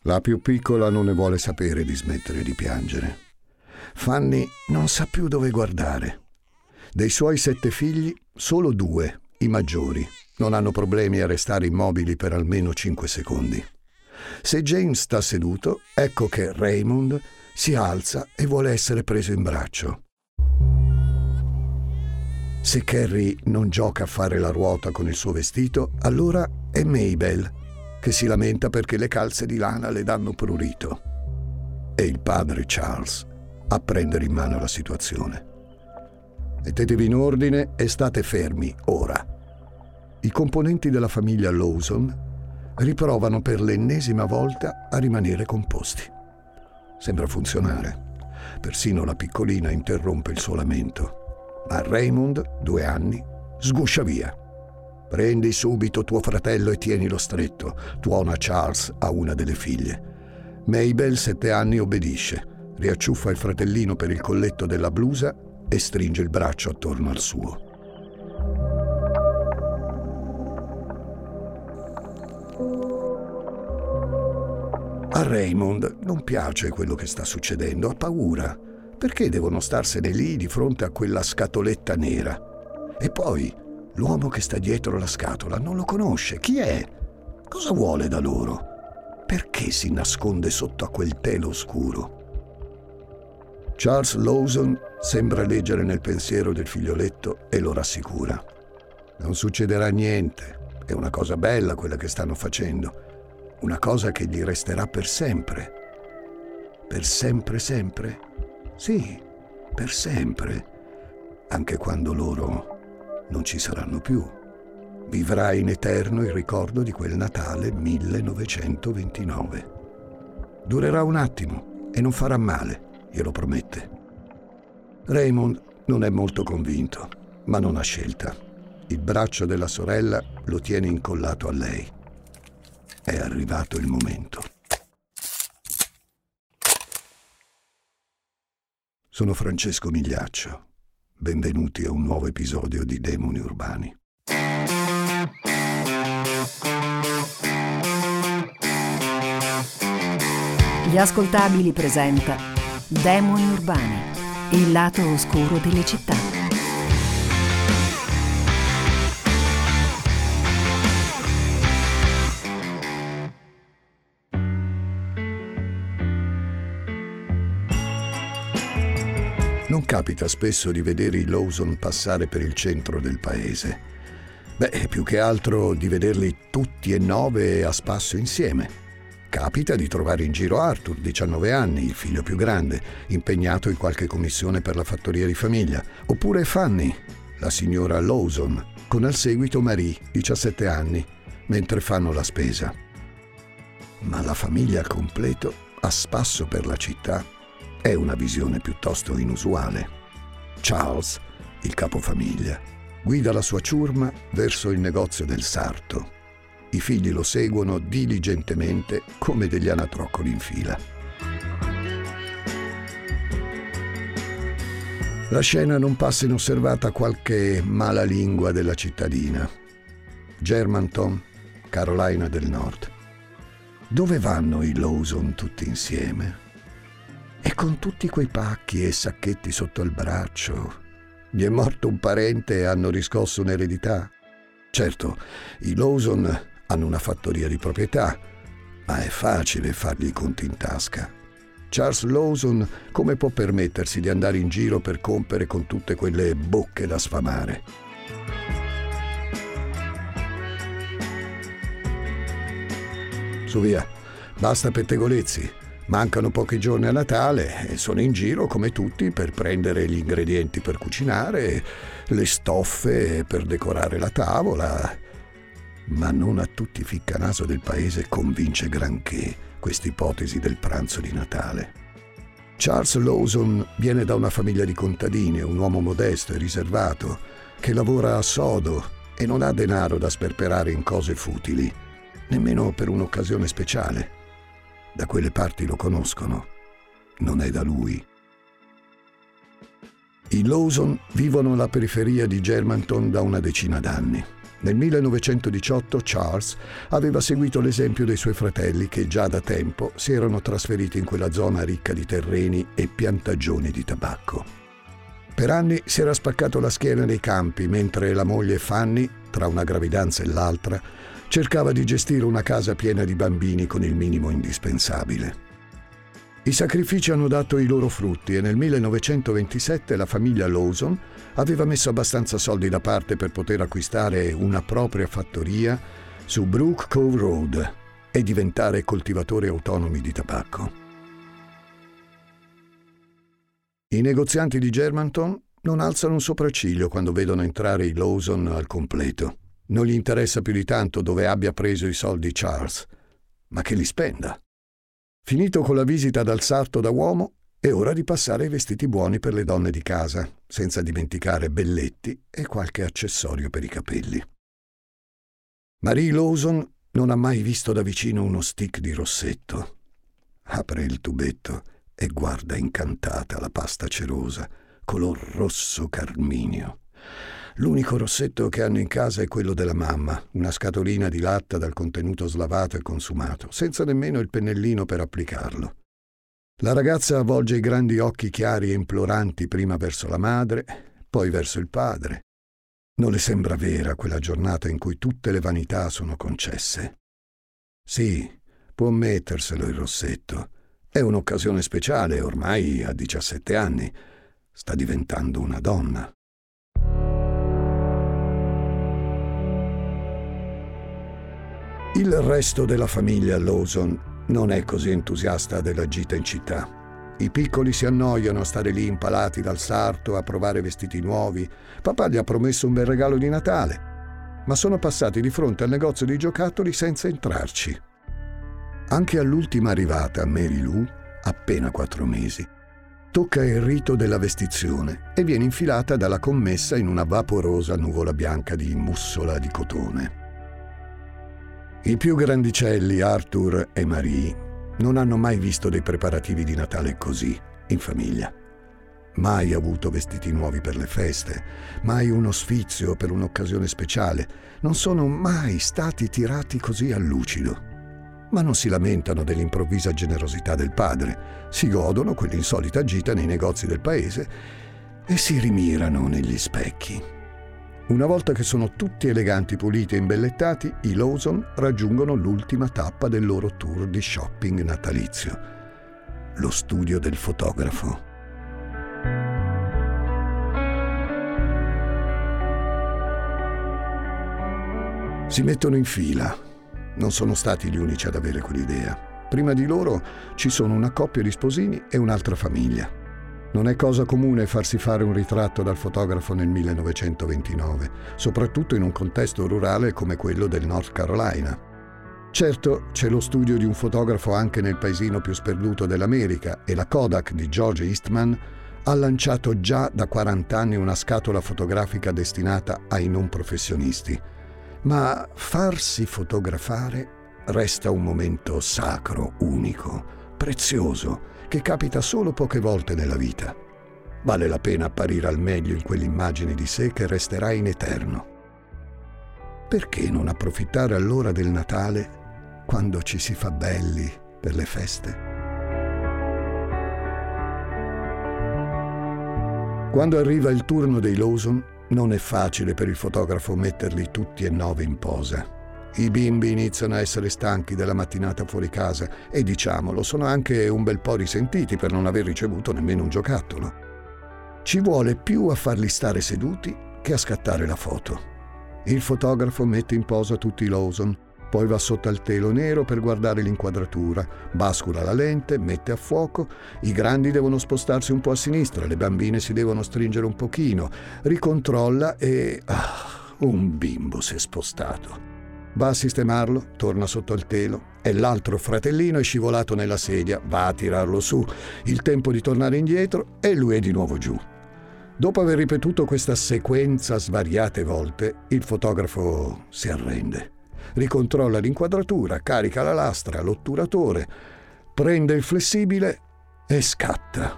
La più piccola non ne vuole sapere di smettere di piangere. Fanny non sa più dove guardare. Dei suoi 7 figli, solo 2, i maggiori, non hanno problemi a restare immobili per almeno 5 secondi. Se James sta seduto, ecco che Raymond si alza e vuole essere preso in braccio. Se Carrie non gioca a fare la ruota con il suo vestito, allora è Mabel che si lamenta perché le calze di lana le danno prurito. E il padre Charles a prendere in mano la situazione. Mettetevi in ordine e state fermi ora. I componenti della famiglia Lawson riprovano per l'ennesima volta a rimanere composti. Sembra funzionare. Persino la piccolina interrompe il suo lamento. Ma Raymond, 2 anni, sguscia via. Prendi subito tuo fratello e tienilo stretto, tuona Charles a una delle figlie. Mabel, 7 anni, obbedisce. Riacciuffa il fratellino per il colletto della blusa e stringe il braccio attorno al suo. A Raymond non piace quello che sta succedendo, ha paura. Perché devono starsene lì di fronte a quella scatoletta nera? E poi, l'uomo che sta dietro la scatola non lo conosce. Chi è? Cosa vuole da loro? Perché si nasconde sotto a quel telo oscuro? Charles Lawson sembra leggere nel pensiero del figlioletto e lo rassicura. Non succederà niente. È una cosa bella quella che stanno facendo. Una cosa che gli resterà per sempre. Per sempre, sempre? Sì, per sempre. Anche quando loro non ci saranno più. Vivrà in eterno il ricordo di quel Natale 1929. Durerà un attimo e non farà male, glielo promette. Raymond non è molto convinto, ma non ha scelta. Il braccio della sorella lo tiene incollato a lei. È arrivato il momento. Sono Francesco Migliaccio. Benvenuti a un nuovo episodio di Demoni Urbani. Gli Ascoltabili presenta Demoni Urbani, il lato oscuro delle città. Non capita spesso di vedere i Lawson passare per il centro del paese. Più che altro di vederli tutti e 9 a spasso insieme. Capita di trovare in giro Arthur, 19 anni, il figlio più grande, impegnato in qualche commissione per la fattoria di famiglia, oppure Fanny, la signora Lawson, con al seguito Marie, 17 anni, mentre fanno la spesa. Ma la famiglia al completo, a spasso per la città, è una visione piuttosto inusuale. Charles, il capofamiglia, guida la sua ciurma verso il negozio del sarto. I figli lo seguono diligentemente come degli anatroccoli in fila. La scena non passa inosservata a qualche malalingua della cittadina. Germantown, Carolina del Nord. Dove vanno i Lawson tutti insieme? E con tutti quei pacchi e sacchetti sotto il braccio. Gli è morto un parente e hanno riscosso un'eredità? Certo, i Lawson hanno una fattoria di proprietà, ma è facile fargli i conti in tasca. Charles Lawson come può permettersi di andare in giro per compere con tutte quelle bocche da sfamare? Su via, basta pettegolezzi. Mancano pochi giorni a Natale e sono in giro come tutti per prendere gli ingredienti per cucinare, le stoffe per decorare la tavola. Ma non a tutti i ficcanaso del paese convince granché questa ipotesi del pranzo di Natale. Charles Lawson viene da una famiglia di contadini, un uomo modesto e riservato che lavora a sodo e non ha denaro da sperperare in cose futili, nemmeno per un'occasione speciale. Da quelle parti lo conoscono. Non è da lui. I Lawson vivono alla periferia di Germantown da una decina d'anni. Nel 1918 Charles aveva seguito l'esempio dei suoi fratelli che già da tempo si erano trasferiti in quella zona ricca di terreni e piantagioni di tabacco. Per anni si era spaccato la schiena nei campi, mentre la moglie Fanny, tra una gravidanza e l'altra, cercava di gestire una casa piena di bambini con il minimo indispensabile. I sacrifici hanno dato i loro frutti e nel 1927 la famiglia Lawson aveva messo abbastanza soldi da parte per poter acquistare una propria fattoria su Brook Cove Road e diventare coltivatori autonomi di tabacco. I negozianti di Germantown non alzano un sopracciglio quando vedono entrare i Lawson al completo. Non gli interessa più di tanto dove abbia preso i soldi Charles, ma che li spenda. Finito con la visita dal sarto da uomo, è ora di passare ai vestiti buoni per le donne di casa, senza dimenticare belletti e qualche accessorio per i capelli. Marie Lawson non ha mai visto da vicino uno stick di rossetto. Apre il tubetto e guarda incantata la pasta cerosa, color rosso carminio. L'unico rossetto che hanno in casa è quello della mamma, una scatolina di latta dal contenuto slavato e consumato, senza nemmeno il pennellino per applicarlo. La ragazza volge i grandi occhi chiari e imploranti prima verso la madre, poi verso il padre. Non le sembra vera quella giornata in cui tutte le vanità sono concesse. Sì, può metterselo il rossetto. È un'occasione speciale, ormai ha 17 anni. Sta diventando una donna. Il resto della famiglia Lawson non è così entusiasta della gita in città. I piccoli si annoiano a stare lì impalati dal sarto a provare vestiti nuovi. Papà gli ha promesso un bel regalo di Natale, ma sono passati di fronte al negozio di giocattoli senza entrarci. Anche all'ultima arrivata, Mary Lou, appena 4 mesi, tocca il rito della vestizione e viene infilata dalla commessa in una vaporosa nuvola bianca di mussola di cotone. I più grandicelli, Arthur e Marie, non hanno mai visto dei preparativi di Natale così, in famiglia. Mai avuto vestiti nuovi per le feste, mai uno sfizio per un'occasione speciale. Non sono mai stati tirati così a lucido. Ma non si lamentano dell'improvvisa generosità del padre, si godono quell'insolita gita nei negozi del paese e si rimirano negli specchi. Una volta che sono tutti eleganti, puliti e imbellettati, i Lawson raggiungono l'ultima tappa del loro tour di shopping natalizio, lo studio del fotografo. Si mettono in fila. Non sono stati gli unici ad avere quell'idea. Prima di loro ci sono una coppia di sposini e un'altra famiglia. Non è cosa comune farsi fare un ritratto dal fotografo nel 1929, soprattutto in un contesto rurale come quello del North Carolina. Certo, c'è lo studio di un fotografo anche nel paesino più sperduto dell'America e la Kodak di George Eastman ha lanciato già da 40 anni una scatola fotografica destinata ai non professionisti. Ma farsi fotografare resta un momento sacro, unico, prezioso, che capita solo poche volte nella vita. Vale la pena apparire al meglio in quell'immagine di sé che resterà in eterno. Perché non approfittare allora del Natale quando ci si fa belli per le feste? Quando arriva il turno dei Lawson, non è facile per il fotografo metterli tutti e 9 in posa. I bimbi iniziano a essere stanchi della mattinata fuori casa e, diciamolo, sono anche un bel po' risentiti per non aver ricevuto nemmeno un giocattolo. Ci vuole più a farli stare seduti che a scattare la foto. Il fotografo mette in posa tutti i Lawson, poi va sotto al telo nero per guardare l'inquadratura, bascula la lente, mette a fuoco, i grandi devono spostarsi un po' a sinistra, le bambine si devono stringere un pochino, ricontrolla e... un bimbo si è spostato. Va a sistemarlo, torna sotto al telo e l'altro fratellino è scivolato nella sedia, va a tirarlo su, il tempo di tornare indietro e lui è di nuovo giù. Dopo aver ripetuto questa sequenza svariate volte, il fotografo si arrende. Ricontrolla l'inquadratura, carica la lastra, l'otturatore, prende il flessibile e scatta.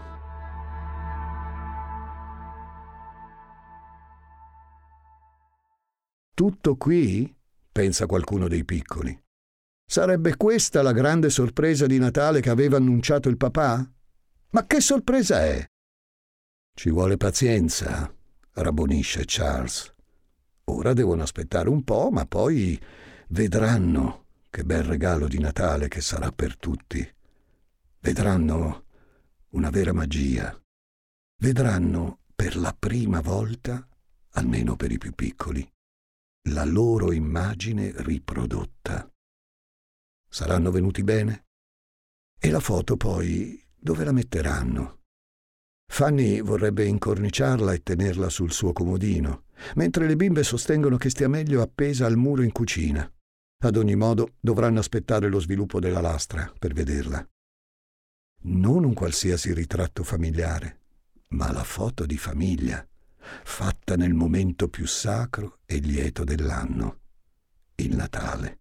Tutto qui? Pensa qualcuno dei piccoli. Sarebbe questa la grande sorpresa di Natale che aveva annunciato il papà? Ma che sorpresa è? Ci vuole pazienza, rabbonisce Charles. Ora devono aspettare un po', ma poi vedranno che bel regalo di Natale che sarà per tutti. Vedranno una vera magia. Vedranno per la prima volta, almeno per i più piccoli, la loro immagine riprodotta. Saranno venuti bene? E la foto poi dove la metteranno? Fanny vorrebbe incorniciarla e tenerla sul suo comodino, mentre le bimbe sostengono che stia meglio appesa al muro in cucina. Ad ogni modo dovranno aspettare lo sviluppo della lastra per vederla. Non un qualsiasi ritratto familiare, ma la foto di famiglia, fatta nel momento più sacro e lieto dell'anno, il Natale.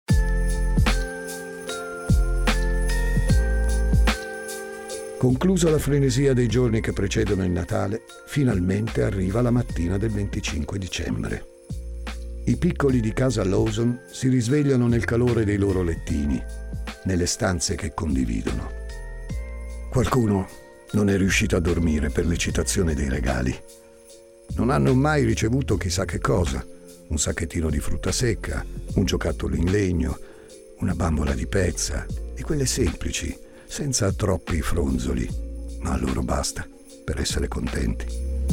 Conclusa la frenesia dei giorni che precedono il Natale, finalmente arriva la mattina del 25 dicembre. I piccoli di casa Lawson si risvegliano nel calore dei loro lettini, nelle stanze che condividono. Qualcuno non è riuscito a dormire per l'eccitazione dei regali. Non hanno mai ricevuto chissà che cosa, un sacchettino di frutta secca, un giocattolo in legno, una bambola di pezza, di quelle semplici, senza troppi fronzoli, ma a loro basta per essere contenti.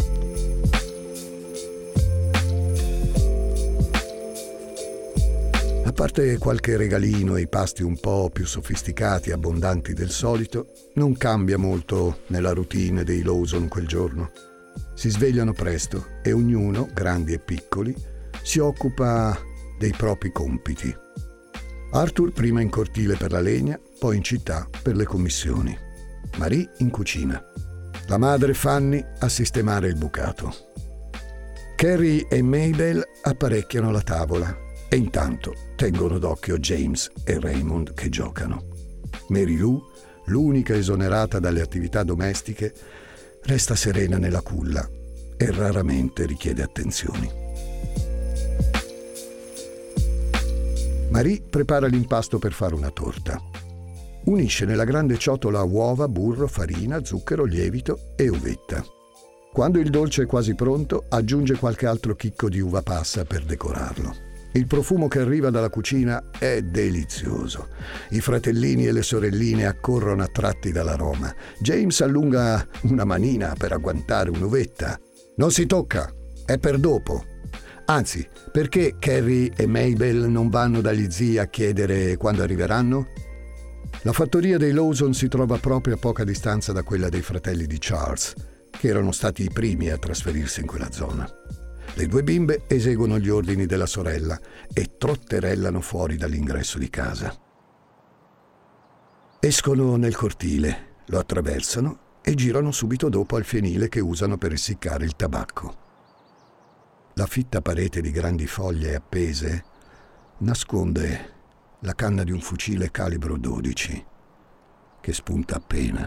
A parte qualche regalino e i pasti un po' più sofisticati e abbondanti del solito, non cambia molto nella routine dei Lawson quel giorno. Si svegliano presto e ognuno, grandi e piccoli, si occupa dei propri compiti. Arthur prima in cortile per la legna, poi in città per le commissioni. Marie in cucina. La madre Fanny a sistemare il bucato. Carrie e Mabel apparecchiano la tavola e intanto tengono d'occhio James e Raymond che giocano. Mary Lou, l'unica esonerata dalle attività domestiche, resta serena nella culla e raramente richiede attenzioni. Marie prepara l'impasto per fare una torta. Unisce nella grande ciotola uova, burro, farina, zucchero, lievito e uvetta. Quando il dolce è quasi pronto, aggiunge qualche altro chicco di uva passa per decorarlo. Il profumo che arriva dalla cucina è delizioso. I fratellini e le sorelline accorrono attratti dall'aroma. James allunga una manina per agguantare un'uvetta. Non si tocca, è per dopo. Anzi, perché Carrie e Mabel non vanno dagli zii a chiedere quando arriveranno? La fattoria dei Lawson si trova proprio a poca distanza da quella dei fratelli di Charles, che erano stati i primi a trasferirsi in quella zona. Le due bimbe eseguono gli ordini della sorella e trotterellano fuori dall'ingresso di casa. Escono nel cortile, lo attraversano e girano subito dopo al fienile che usano per essiccare il tabacco. La fitta parete di grandi foglie appese nasconde la canna di un fucile calibro 12 che spunta appena.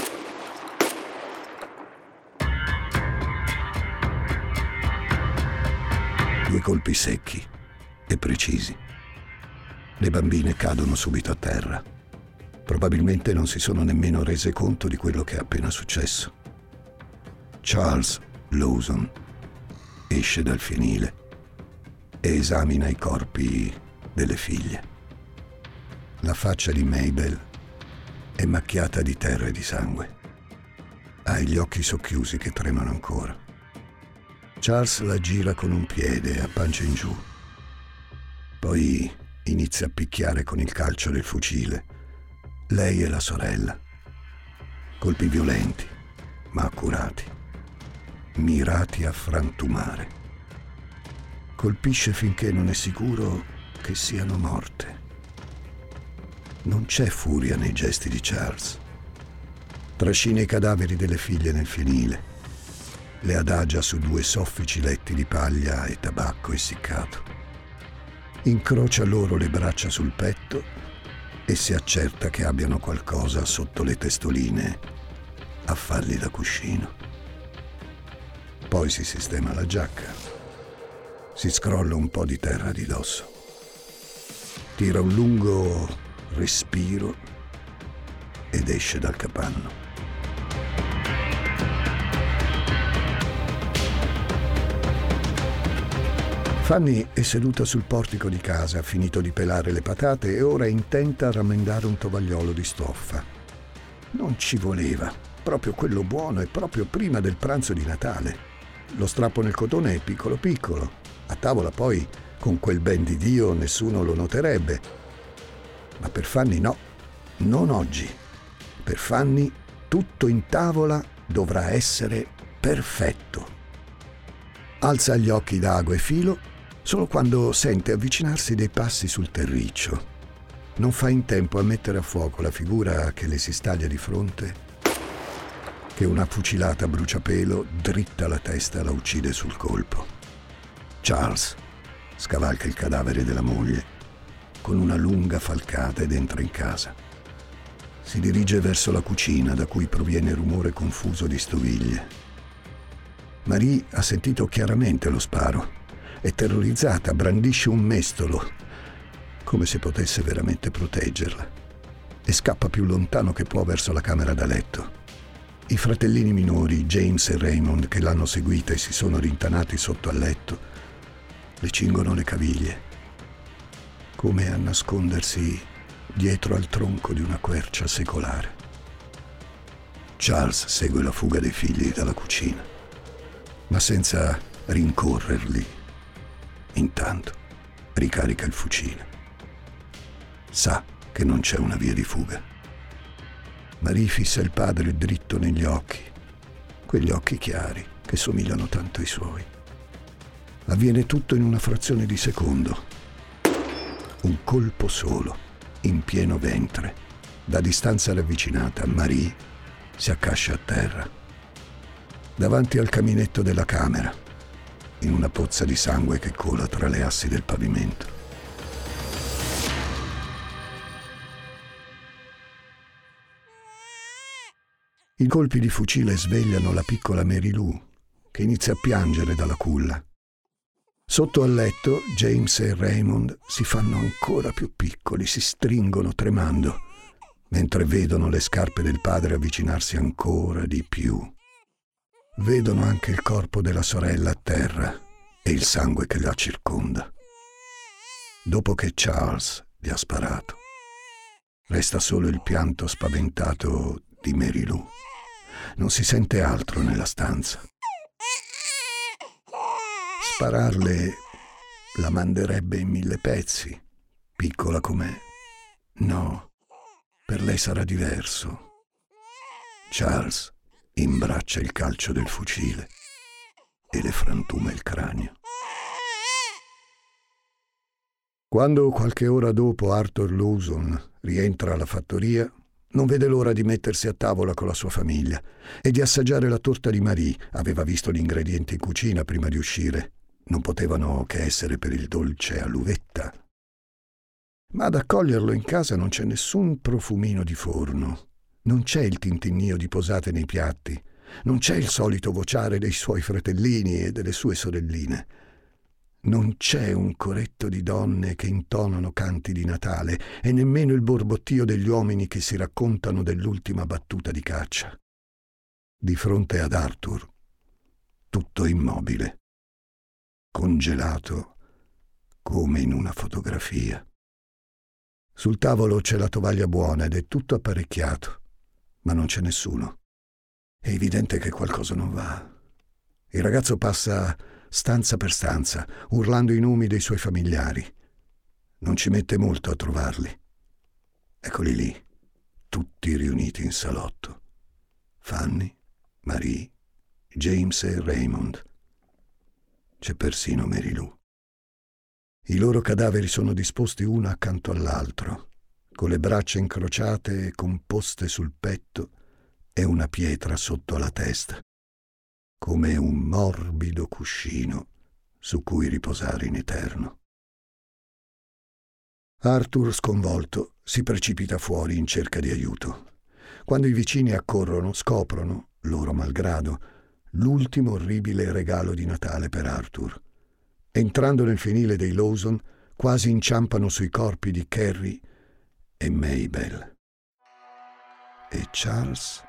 Due colpi secchi e precisi. Le bambine cadono subito a terra. Probabilmente non si sono nemmeno rese conto di quello che è appena successo. Charles Lawson esce dal fienile e esamina i corpi delle figlie. La faccia di Mabel è macchiata di terra e di sangue. Ha gli occhi socchiusi che tremano ancora. Charles la gira con un piede a pancia in giù. Poi inizia a picchiare con il calcio del fucile lei e la sorella. Colpi violenti, ma accurati, mirati a frantumare. Colpisce finché non è sicuro che siano morte. Non c'è furia nei gesti di Charles. Trascina i cadaveri delle figlie nel fienile, le adagia su due soffici letti di paglia e tabacco essiccato. Incrocia loro le braccia sul petto e si accerta che abbiano qualcosa sotto le testoline a fargli da cuscino. Poi si sistema la giacca, Si scrolla un po' di terra di dosso. Tira un lungo respiro ed esce dal capanno. Fanny è seduta sul portico di casa, ha finito di pelare le patate e ora è intenta a rammendare un tovagliolo di stoffa. Non ci voleva, proprio quello buono e proprio prima del pranzo di Natale. Lo strappo nel cotone è piccolo piccolo. A tavola poi, con quel ben di Dio, nessuno lo noterebbe. Ma per Fanny no, non oggi. Per Fanny tutto in tavola dovrà essere perfetto. Alza gli occhi da ago e filo solo quando sente avvicinarsi dei passi sul terriccio. Non fa in tempo a mettere a fuoco la figura che le si staglia di fronte, che una fucilata a bruciapelo dritta alla testa la uccide sul colpo. Charles scavalca il cadavere della moglie con una lunga falcata ed entra in casa. Si dirige verso la cucina, da cui proviene il rumore confuso di stoviglie. Marie ha sentito chiaramente lo sparo. È terrorizzata, brandisce un mestolo, come se potesse veramente proteggerla, e scappa più lontano che può verso la camera da letto. I fratellini minori, James e Raymond, che l'hanno seguita e si sono rintanati sotto al letto, le cingono le caviglie, come a nascondersi dietro al tronco di una quercia secolare. Charles segue la fuga dei figli dalla cucina, ma senza rincorrerli. Intanto ricarica il fucile. Sa che non c'è una via di fuga. Marie fissa il padre dritto negli occhi, quegli occhi chiari che somigliano tanto ai suoi. Avviene tutto in una frazione di secondo. Un colpo solo, in pieno ventre. Da distanza ravvicinata, Marie si accascia a terra. Davanti al caminetto della camera, in una pozza di sangue che cola tra le assi del pavimento. I colpi di fucile svegliano la piccola Mary Lou, che inizia a piangere dalla culla. Sotto al letto, James e Raymond si fanno ancora più piccoli, si stringono tremando, mentre vedono le scarpe del padre avvicinarsi ancora di più. Vedono anche il corpo della sorella a terra e il sangue che la circonda. Dopo che Charles gli ha sparato, resta solo il pianto spaventato di Mary Lou. Non si sente altro nella stanza. Spararle la manderebbe in 1000 pezzi, piccola com'è. No, per lei sarà diverso. Charles imbraccia il calcio del fucile e le frantuma il cranio. Quando qualche ora dopo Arthur Lawson rientra alla fattoria, non vede l'ora di mettersi a tavola con la sua famiglia e di assaggiare la torta di Marie. Aveva visto gli ingredienti in cucina prima di uscire. Non potevano che essere per il dolce all'uvetta. Ma ad accoglierlo in casa non c'è nessun profumino di forno. Non c'è il tintinnio di posate nei piatti, non c'è il solito vociare dei suoi fratellini e delle sue sorelline. Non c'è un coretto di donne che intonano canti di Natale e nemmeno il borbottio degli uomini che si raccontano dell'ultima battuta di caccia. Di fronte ad Arthur, tutto immobile, congelato come in una fotografia. Sul tavolo c'è la tovaglia buona ed è tutto apparecchiato. Ma non c'è nessuno. È evidente che qualcosa non va. Il ragazzo passa stanza per stanza, urlando i nomi dei suoi familiari. Non ci mette molto a trovarli. Eccoli lì, tutti riuniti in salotto. Fanny, Marie, James e Raymond. C'è persino Mary Lou. I loro cadaveri sono disposti uno accanto all'altro, con le braccia incrociate e composte sul petto e una pietra sotto la testa, come un morbido cuscino su cui riposare in eterno. Arthur, sconvolto, si precipita fuori in cerca di aiuto. Quando i vicini accorrono, scoprono, loro malgrado, l'ultimo orribile regalo di Natale per Arthur. Entrando nel fienile dei Lawson, quasi inciampano sui corpi di Carrie e Mabel. E Charles?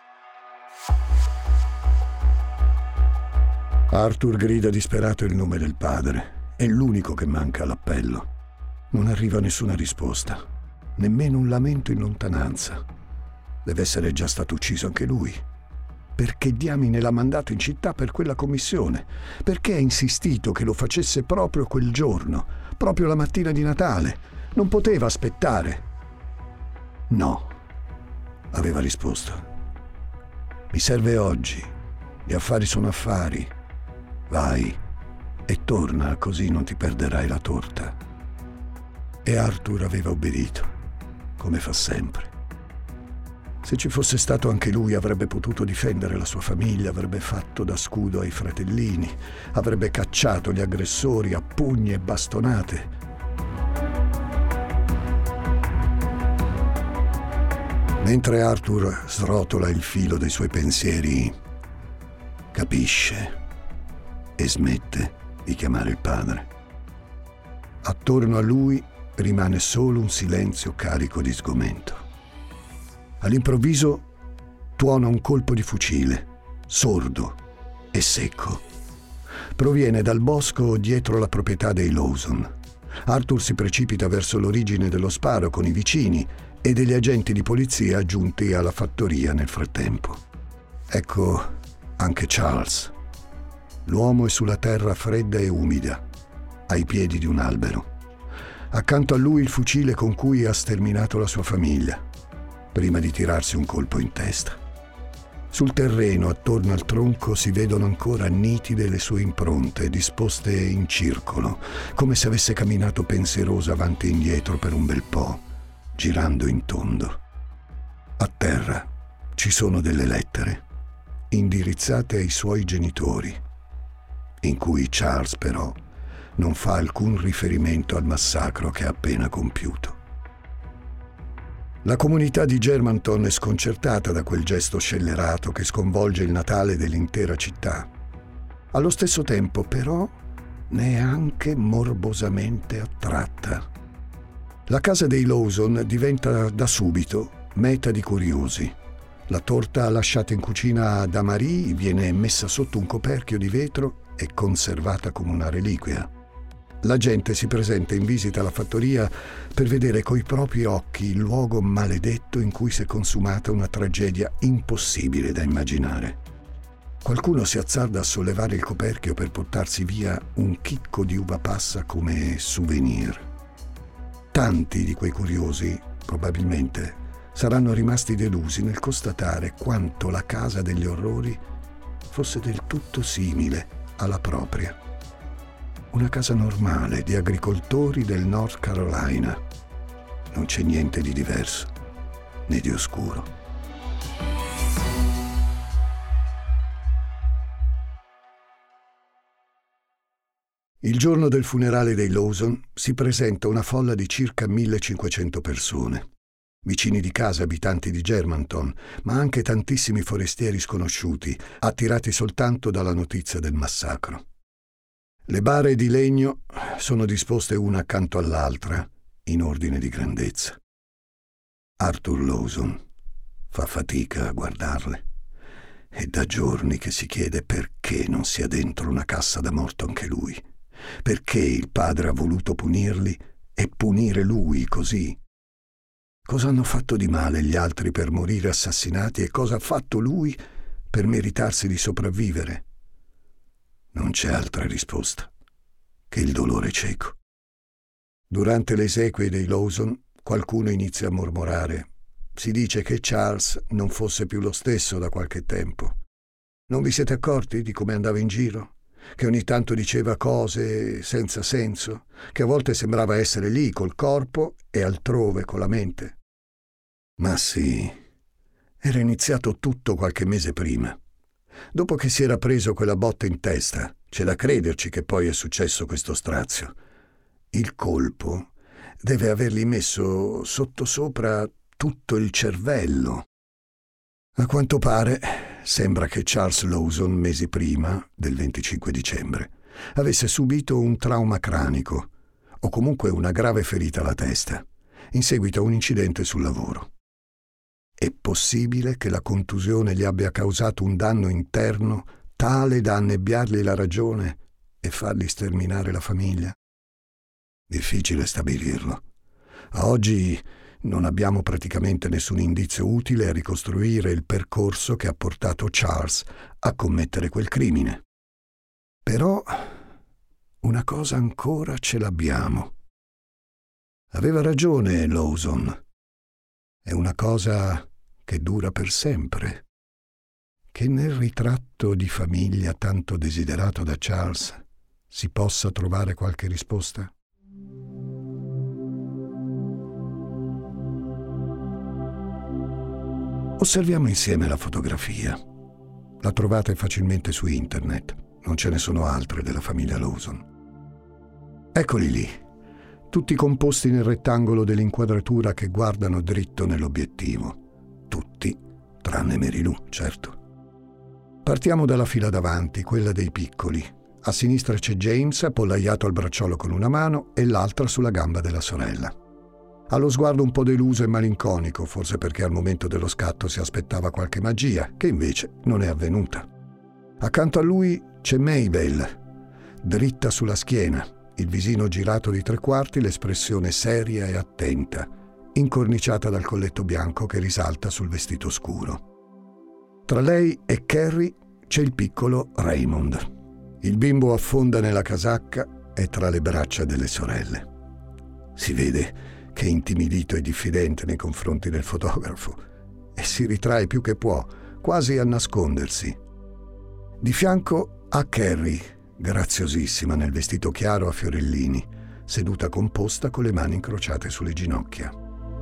Arthur grida disperato il nome del padre. È l'unico che manca all'appello. Non arriva nessuna risposta, nemmeno un lamento in lontananza. Deve essere già stato ucciso anche lui. Perché diamine l'ha mandato in città per quella commissione? Perché ha insistito che lo facesse proprio quel giorno, proprio la mattina di Natale? Non poteva aspettare. No, aveva risposto. Mi serve oggi. Gli affari sono affari. Vai e torna, così non ti perderai la torta. E Arthur aveva obbedito, come fa sempre. Se ci fosse stato anche lui avrebbe potuto difendere la sua famiglia, avrebbe fatto da scudo ai fratellini, avrebbe cacciato gli aggressori a pugni e bastonate. Mentre Arthur srotola il filo dei suoi pensieri, capisce e smette di chiamare il padre. Attorno a lui rimane solo un silenzio carico di sgomento. All'improvviso tuona un colpo di fucile, sordo e secco. Proviene dal bosco dietro la proprietà dei Lawson. Arthur si precipita verso l'origine dello sparo con i vicini e degli agenti di polizia giunti alla fattoria nel frattempo. Ecco anche Charles. L'uomo è sulla terra fredda e umida, ai piedi di un albero. Accanto a lui il fucile con cui ha sterminato la sua famiglia, prima di tirarsi un colpo in testa. Sul terreno, attorno al tronco, si vedono ancora nitide le sue impronte, disposte in circolo, come se avesse camminato pensieroso avanti e indietro per un bel po', girando in tondo. A terra ci sono delle lettere, indirizzate ai suoi genitori, in cui Charles però non fa alcun riferimento al massacro che ha appena compiuto. La comunità di Germantown è sconcertata da quel gesto scellerato che sconvolge il Natale dell'intera città. Allo stesso tempo, però, ne è anche morbosamente attratta. La casa dei Lawson diventa da subito meta di curiosi. La torta lasciata in cucina da Marie viene messa sotto un coperchio di vetro e conservata come una reliquia. La gente si presenta in visita alla fattoria per vedere coi propri occhi il luogo maledetto in cui si è consumata una tragedia impossibile da immaginare. Qualcuno si azzarda a sollevare il coperchio per portarsi via un chicco di uva passa come souvenir. Tanti di quei curiosi, probabilmente, saranno rimasti delusi nel constatare quanto la casa degli orrori fosse del tutto simile alla propria. Una casa normale di agricoltori del North Carolina. Non c'è niente di diverso, né di oscuro. Il giorno del funerale dei Lawson si presenta una folla di circa 1500 persone. Vicini di casa, abitanti di Germantown, ma anche tantissimi forestieri sconosciuti, attirati soltanto dalla notizia del massacro. Le bare di legno sono disposte una accanto all'altra, in ordine di grandezza. Arthur Lawson fa fatica a guardarle. È da giorni che si chiede perché non sia dentro una cassa da morto anche lui. Perché il padre ha voluto punirli e punire lui così. Cosa hanno fatto di male gli altri per morire assassinati e cosa ha fatto lui per meritarsi di sopravvivere? Non c'è altra risposta che il dolore cieco. Durante le esequie dei Lawson, qualcuno inizia a mormorare. Si dice che Charles non fosse più lo stesso da qualche tempo. Non vi siete accorti di come andava in giro? Che ogni tanto diceva cose senza senso? Che a volte sembrava essere lì col corpo e altrove con la mente? Ma sì, era iniziato tutto qualche mese prima. Dopo che si era preso quella botta in testa, c'è da crederci che poi è successo questo strazio. Il colpo deve avergli messo sottosopra tutto il cervello. A quanto pare, sembra che Charles Lawson, mesi prima, del 25 dicembre, avesse subito un trauma cranico o comunque una grave ferita alla testa in seguito a un incidente sul lavoro. È possibile che la contusione gli abbia causato un danno interno tale da annebbiargli la ragione e fargli sterminare la famiglia? Difficile stabilirlo. A oggi non abbiamo praticamente nessun indizio utile a ricostruire il percorso che ha portato Charles a commettere quel crimine. Però una cosa ancora ce l'abbiamo. Aveva ragione Lawson. È una cosa che dura per sempre. Che nel ritratto di famiglia tanto desiderato da Charles si possa trovare qualche risposta? Osserviamo insieme la fotografia. La trovate facilmente su internet, non ce ne sono altre della famiglia Lawson. Eccoli lì, tutti composti nel rettangolo dell'inquadratura che guardano dritto nell'obiettivo. Tutti, tranne Mary Lou, certo. Partiamo dalla fila davanti, quella dei piccoli. A sinistra c'è James, appollaiato al bracciolo con una mano e l'altra sulla gamba della sorella. Ha lo sguardo un po' deluso e malinconico, forse perché al momento dello scatto si aspettava qualche magia, che invece non è avvenuta. Accanto a lui c'è Mabel, dritta sulla schiena, il visino girato di 3/4, l'espressione seria e attenta, incorniciata dal colletto bianco che risalta sul vestito scuro. Tra lei e Carrie c'è il piccolo Raymond. Il bimbo affonda nella casacca e tra le braccia delle sorelle. Si vede che è intimidito e diffidente nei confronti del fotografo e si ritrae più che può, quasi a nascondersi. Di fianco a Carrie, graziosissima nel vestito chiaro a fiorellini, seduta composta con le mani incrociate sulle ginocchia.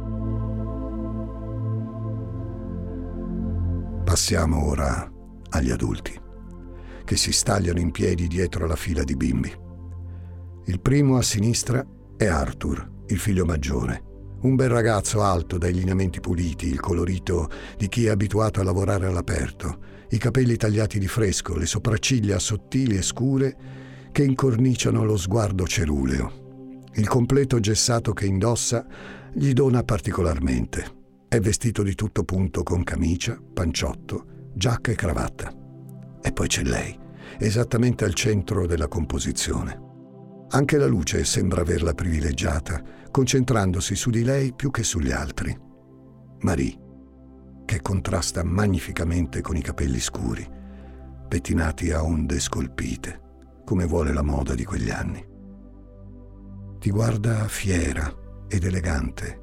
Passiamo ora agli adulti, che si stagliano in piedi dietro la fila di bimbi. Il primo a sinistra è Arthur, il figlio maggiore, un bel ragazzo alto dai lineamenti puliti, il colorito di chi è abituato a lavorare all'aperto, i capelli tagliati di fresco, le sopracciglia sottili e scure che incorniciano lo sguardo ceruleo. Il completo gessato che indossa gli dona particolarmente. È vestito di tutto punto con camicia, panciotto, giacca e cravatta. E poi c'è lei, esattamente al centro della composizione. Anche la luce sembra averla privilegiata, concentrandosi su di lei più che sugli altri. Marie, che contrasta magnificamente con i capelli scuri, pettinati a onde scolpite, come vuole la moda di quegli anni. Ti guarda fiera ed elegante.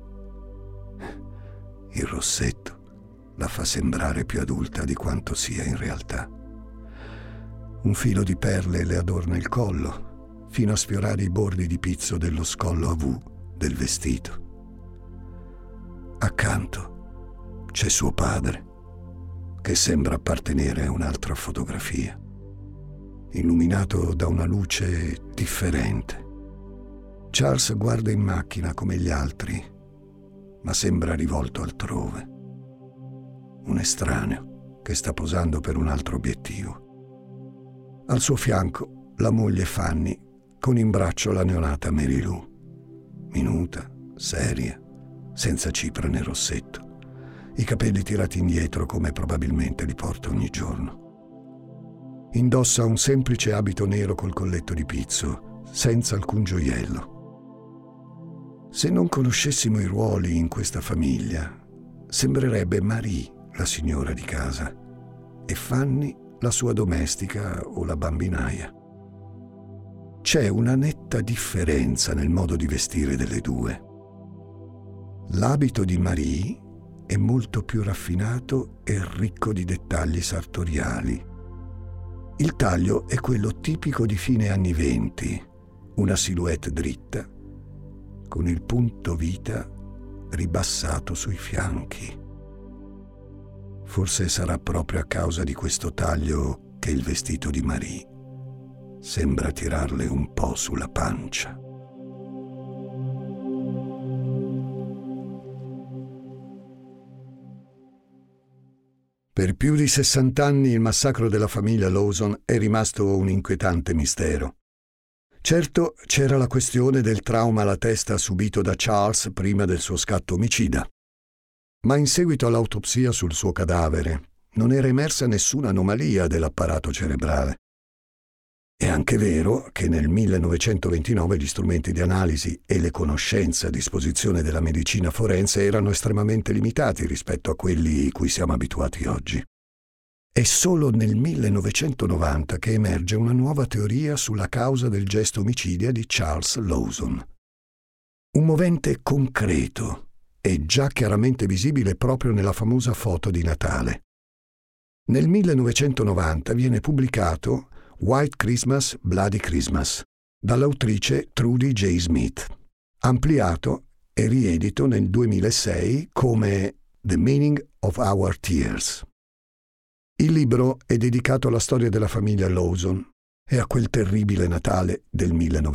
Il rossetto la fa sembrare più adulta di quanto sia in realtà. Un filo di perle le adorna il collo, fino a sfiorare i bordi di pizzo dello scollo a V del vestito. Accanto c'è suo padre, che sembra appartenere a un'altra fotografia, illuminato da una luce differente. Charles guarda in macchina come gli altri, ma sembra rivolto altrove. Un estraneo che sta posando per un altro obiettivo. Al suo fianco la moglie Fanny, con in braccio la neonata Mary Lou, minuta, seria, senza cipria né rossetto, i capelli tirati indietro come probabilmente li porta ogni giorno. Indossa un semplice abito nero col colletto di pizzo, senza alcun gioiello. Se non conoscessimo i ruoli in questa famiglia, sembrerebbe Marie la signora di casa e Fanny la sua domestica o la bambinaia. C'è una netta differenza nel modo di vestire delle due. L'abito di Marie è molto più raffinato e ricco di dettagli sartoriali. Il taglio è quello tipico di fine anni '20, una silhouette dritta, con il punto vita ribassato sui fianchi. Forse sarà proprio a causa di questo taglio che il vestito di Marie sembra tirarle un po' sulla pancia. Per più di 60 anni il massacro della famiglia Lawson è rimasto un inquietante mistero. Certo, c'era la questione del trauma alla testa subito da Charles prima del suo scatto omicida. Ma in seguito all'autopsia sul suo cadavere non era emersa nessuna anomalia dell'apparato cerebrale. È anche vero che nel 1929 gli strumenti di analisi e le conoscenze a disposizione della medicina forense erano estremamente limitati rispetto a quelli cui siamo abituati oggi. È solo nel 1990 che emerge una nuova teoria sulla causa del gesto omicidia di Charles Lawson. Un movente concreto e già chiaramente visibile proprio nella famosa foto di Natale. Nel 1990 viene pubblicato White Christmas, Bloody Christmas, dall'autrice Trudy J. Smith, ampliato e riedito nel 2006 come The Meaning of Our Tears. Il libro è dedicato alla storia della famiglia Lawson e a quel terribile Natale del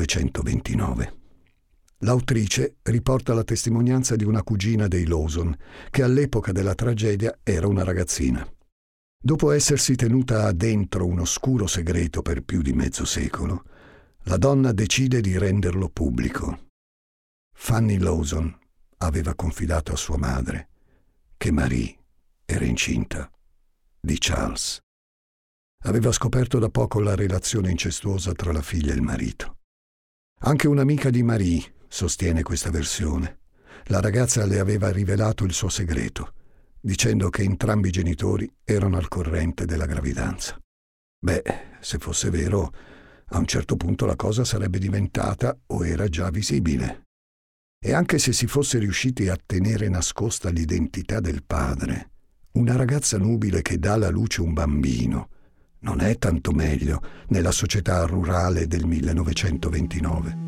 1929. L'autrice riporta la testimonianza di una cugina dei Lawson, che all'epoca della tragedia era una ragazzina. Dopo essersi tenuta dentro un oscuro segreto per più di mezzo secolo, la donna decide di renderlo pubblico. Fanny Lawson aveva confidato a sua madre che Marie era incinta di Charles. Aveva scoperto da poco la relazione incestuosa tra la figlia e il marito. Anche un'amica di Marie sostiene questa versione. La ragazza le aveva rivelato il suo segreto, dicendo che entrambi i genitori erano al corrente della gravidanza. Beh, se fosse vero, a un certo punto la cosa sarebbe diventata o era già visibile. E anche se si fosse riusciti a tenere nascosta l'identità del padre, una ragazza nubile che dà alla luce un bambino non è tanto meglio nella società rurale del 1929.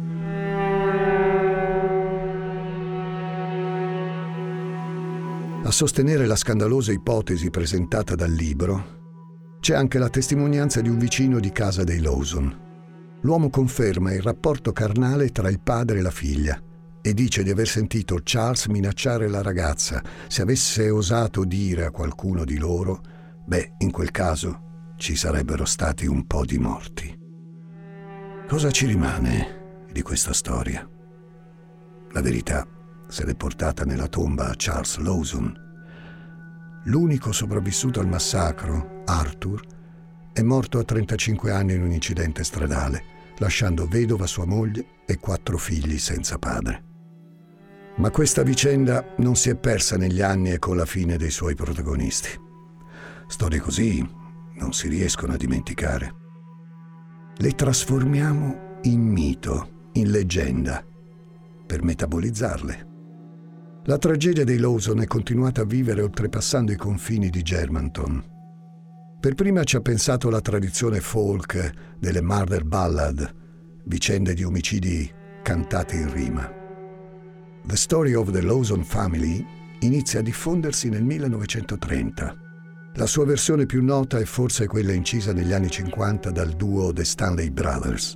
A sostenere la scandalosa ipotesi presentata dal libro, c'è anche la testimonianza di un vicino di casa dei Lawson. L'uomo conferma il rapporto carnale tra il padre e la figlia e dice di aver sentito Charles minacciare la ragazza se avesse osato dire a qualcuno di loro, in quel caso ci sarebbero stati un po' di morti. Cosa ci rimane di questa storia? La verità se l'è portata nella tomba a Charles Lawson. L'unico sopravvissuto al massacro, Arthur, è morto a 35 anni in un incidente stradale, lasciando vedova sua moglie e 4 figli senza padre. Ma questa vicenda non si è persa negli anni e con la fine dei suoi protagonisti. Storie così non si riescono a dimenticare. Le trasformiamo in mito, in leggenda, per metabolizzarle. La tragedia dei Lawson è continuata a vivere oltrepassando i confini di Germantown. Per prima ci ha pensato la tradizione folk delle murder ballad, vicende di omicidi cantate in rima. The Story of the Lawson Family inizia a diffondersi nel 1930. La sua versione più nota è forse quella incisa negli anni 50 dal duo The Stanley Brothers.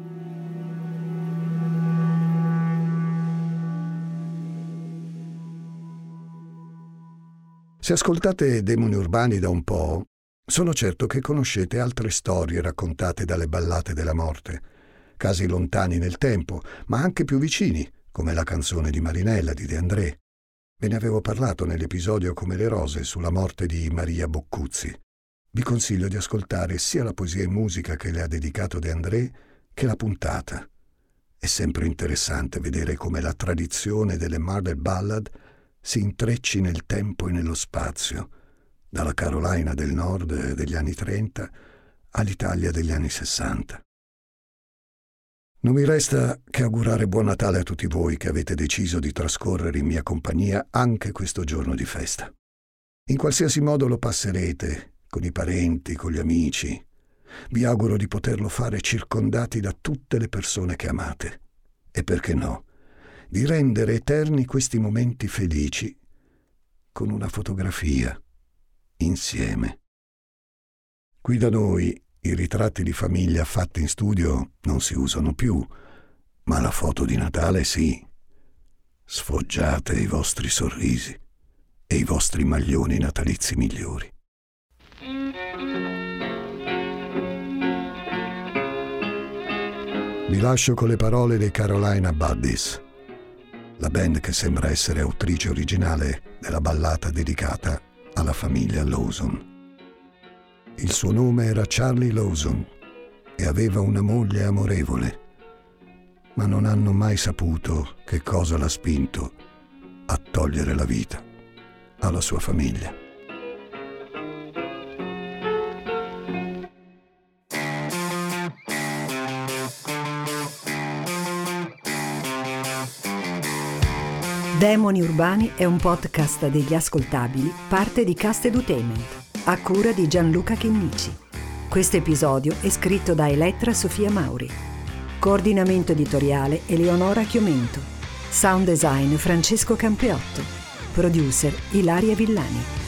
Se ascoltate Demoni Urbani da un po', sono certo che conoscete altre storie raccontate dalle ballate della morte, casi lontani nel tempo, ma anche più vicini, come la canzone di Marinella di De André. Ve ne avevo parlato nell'episodio Come le rose sulla morte di Maria Boccuzzi. Vi consiglio di ascoltare sia la poesia e musica che le ha dedicato De André che la puntata. È sempre interessante vedere come la tradizione delle murder ballad si intrecci nel tempo e nello spazio, dalla Carolina del Nord degli anni 30 all'Italia degli anni 60. Non mi resta che augurare buon Natale a tutti voi che avete deciso di trascorrere in mia compagnia anche questo giorno di festa. In qualsiasi modo lo passerete, con i parenti, con gli amici. Vi auguro di poterlo fare circondati da tutte le persone che amate. E perché no, di rendere eterni questi momenti felici con una fotografia, insieme. Qui da noi i ritratti di famiglia fatti in studio non si usano più, ma la foto di Natale sì. Sfoggiate i vostri sorrisi e i vostri maglioni natalizi migliori. Vi lascio con le parole dei Carolina Buddies, la band che sembra essere autrice originale della ballata dedicata alla famiglia Lawson. Il suo nome era Charlie Lawson e aveva una moglie amorevole, ma non hanno mai saputo che cosa l'ha spinto a togliere la vita alla sua famiglia. Demoni Urbani è un podcast degli ascoltabili, parte di Cast Edutainment, a cura di Gianluca Chinnici. Questo episodio è scritto da Elettra Sofia Mauri. Coordinamento editoriale Eleonora Chiomento. Sound design Francesco Campeotto. Producer Ilaria Villani.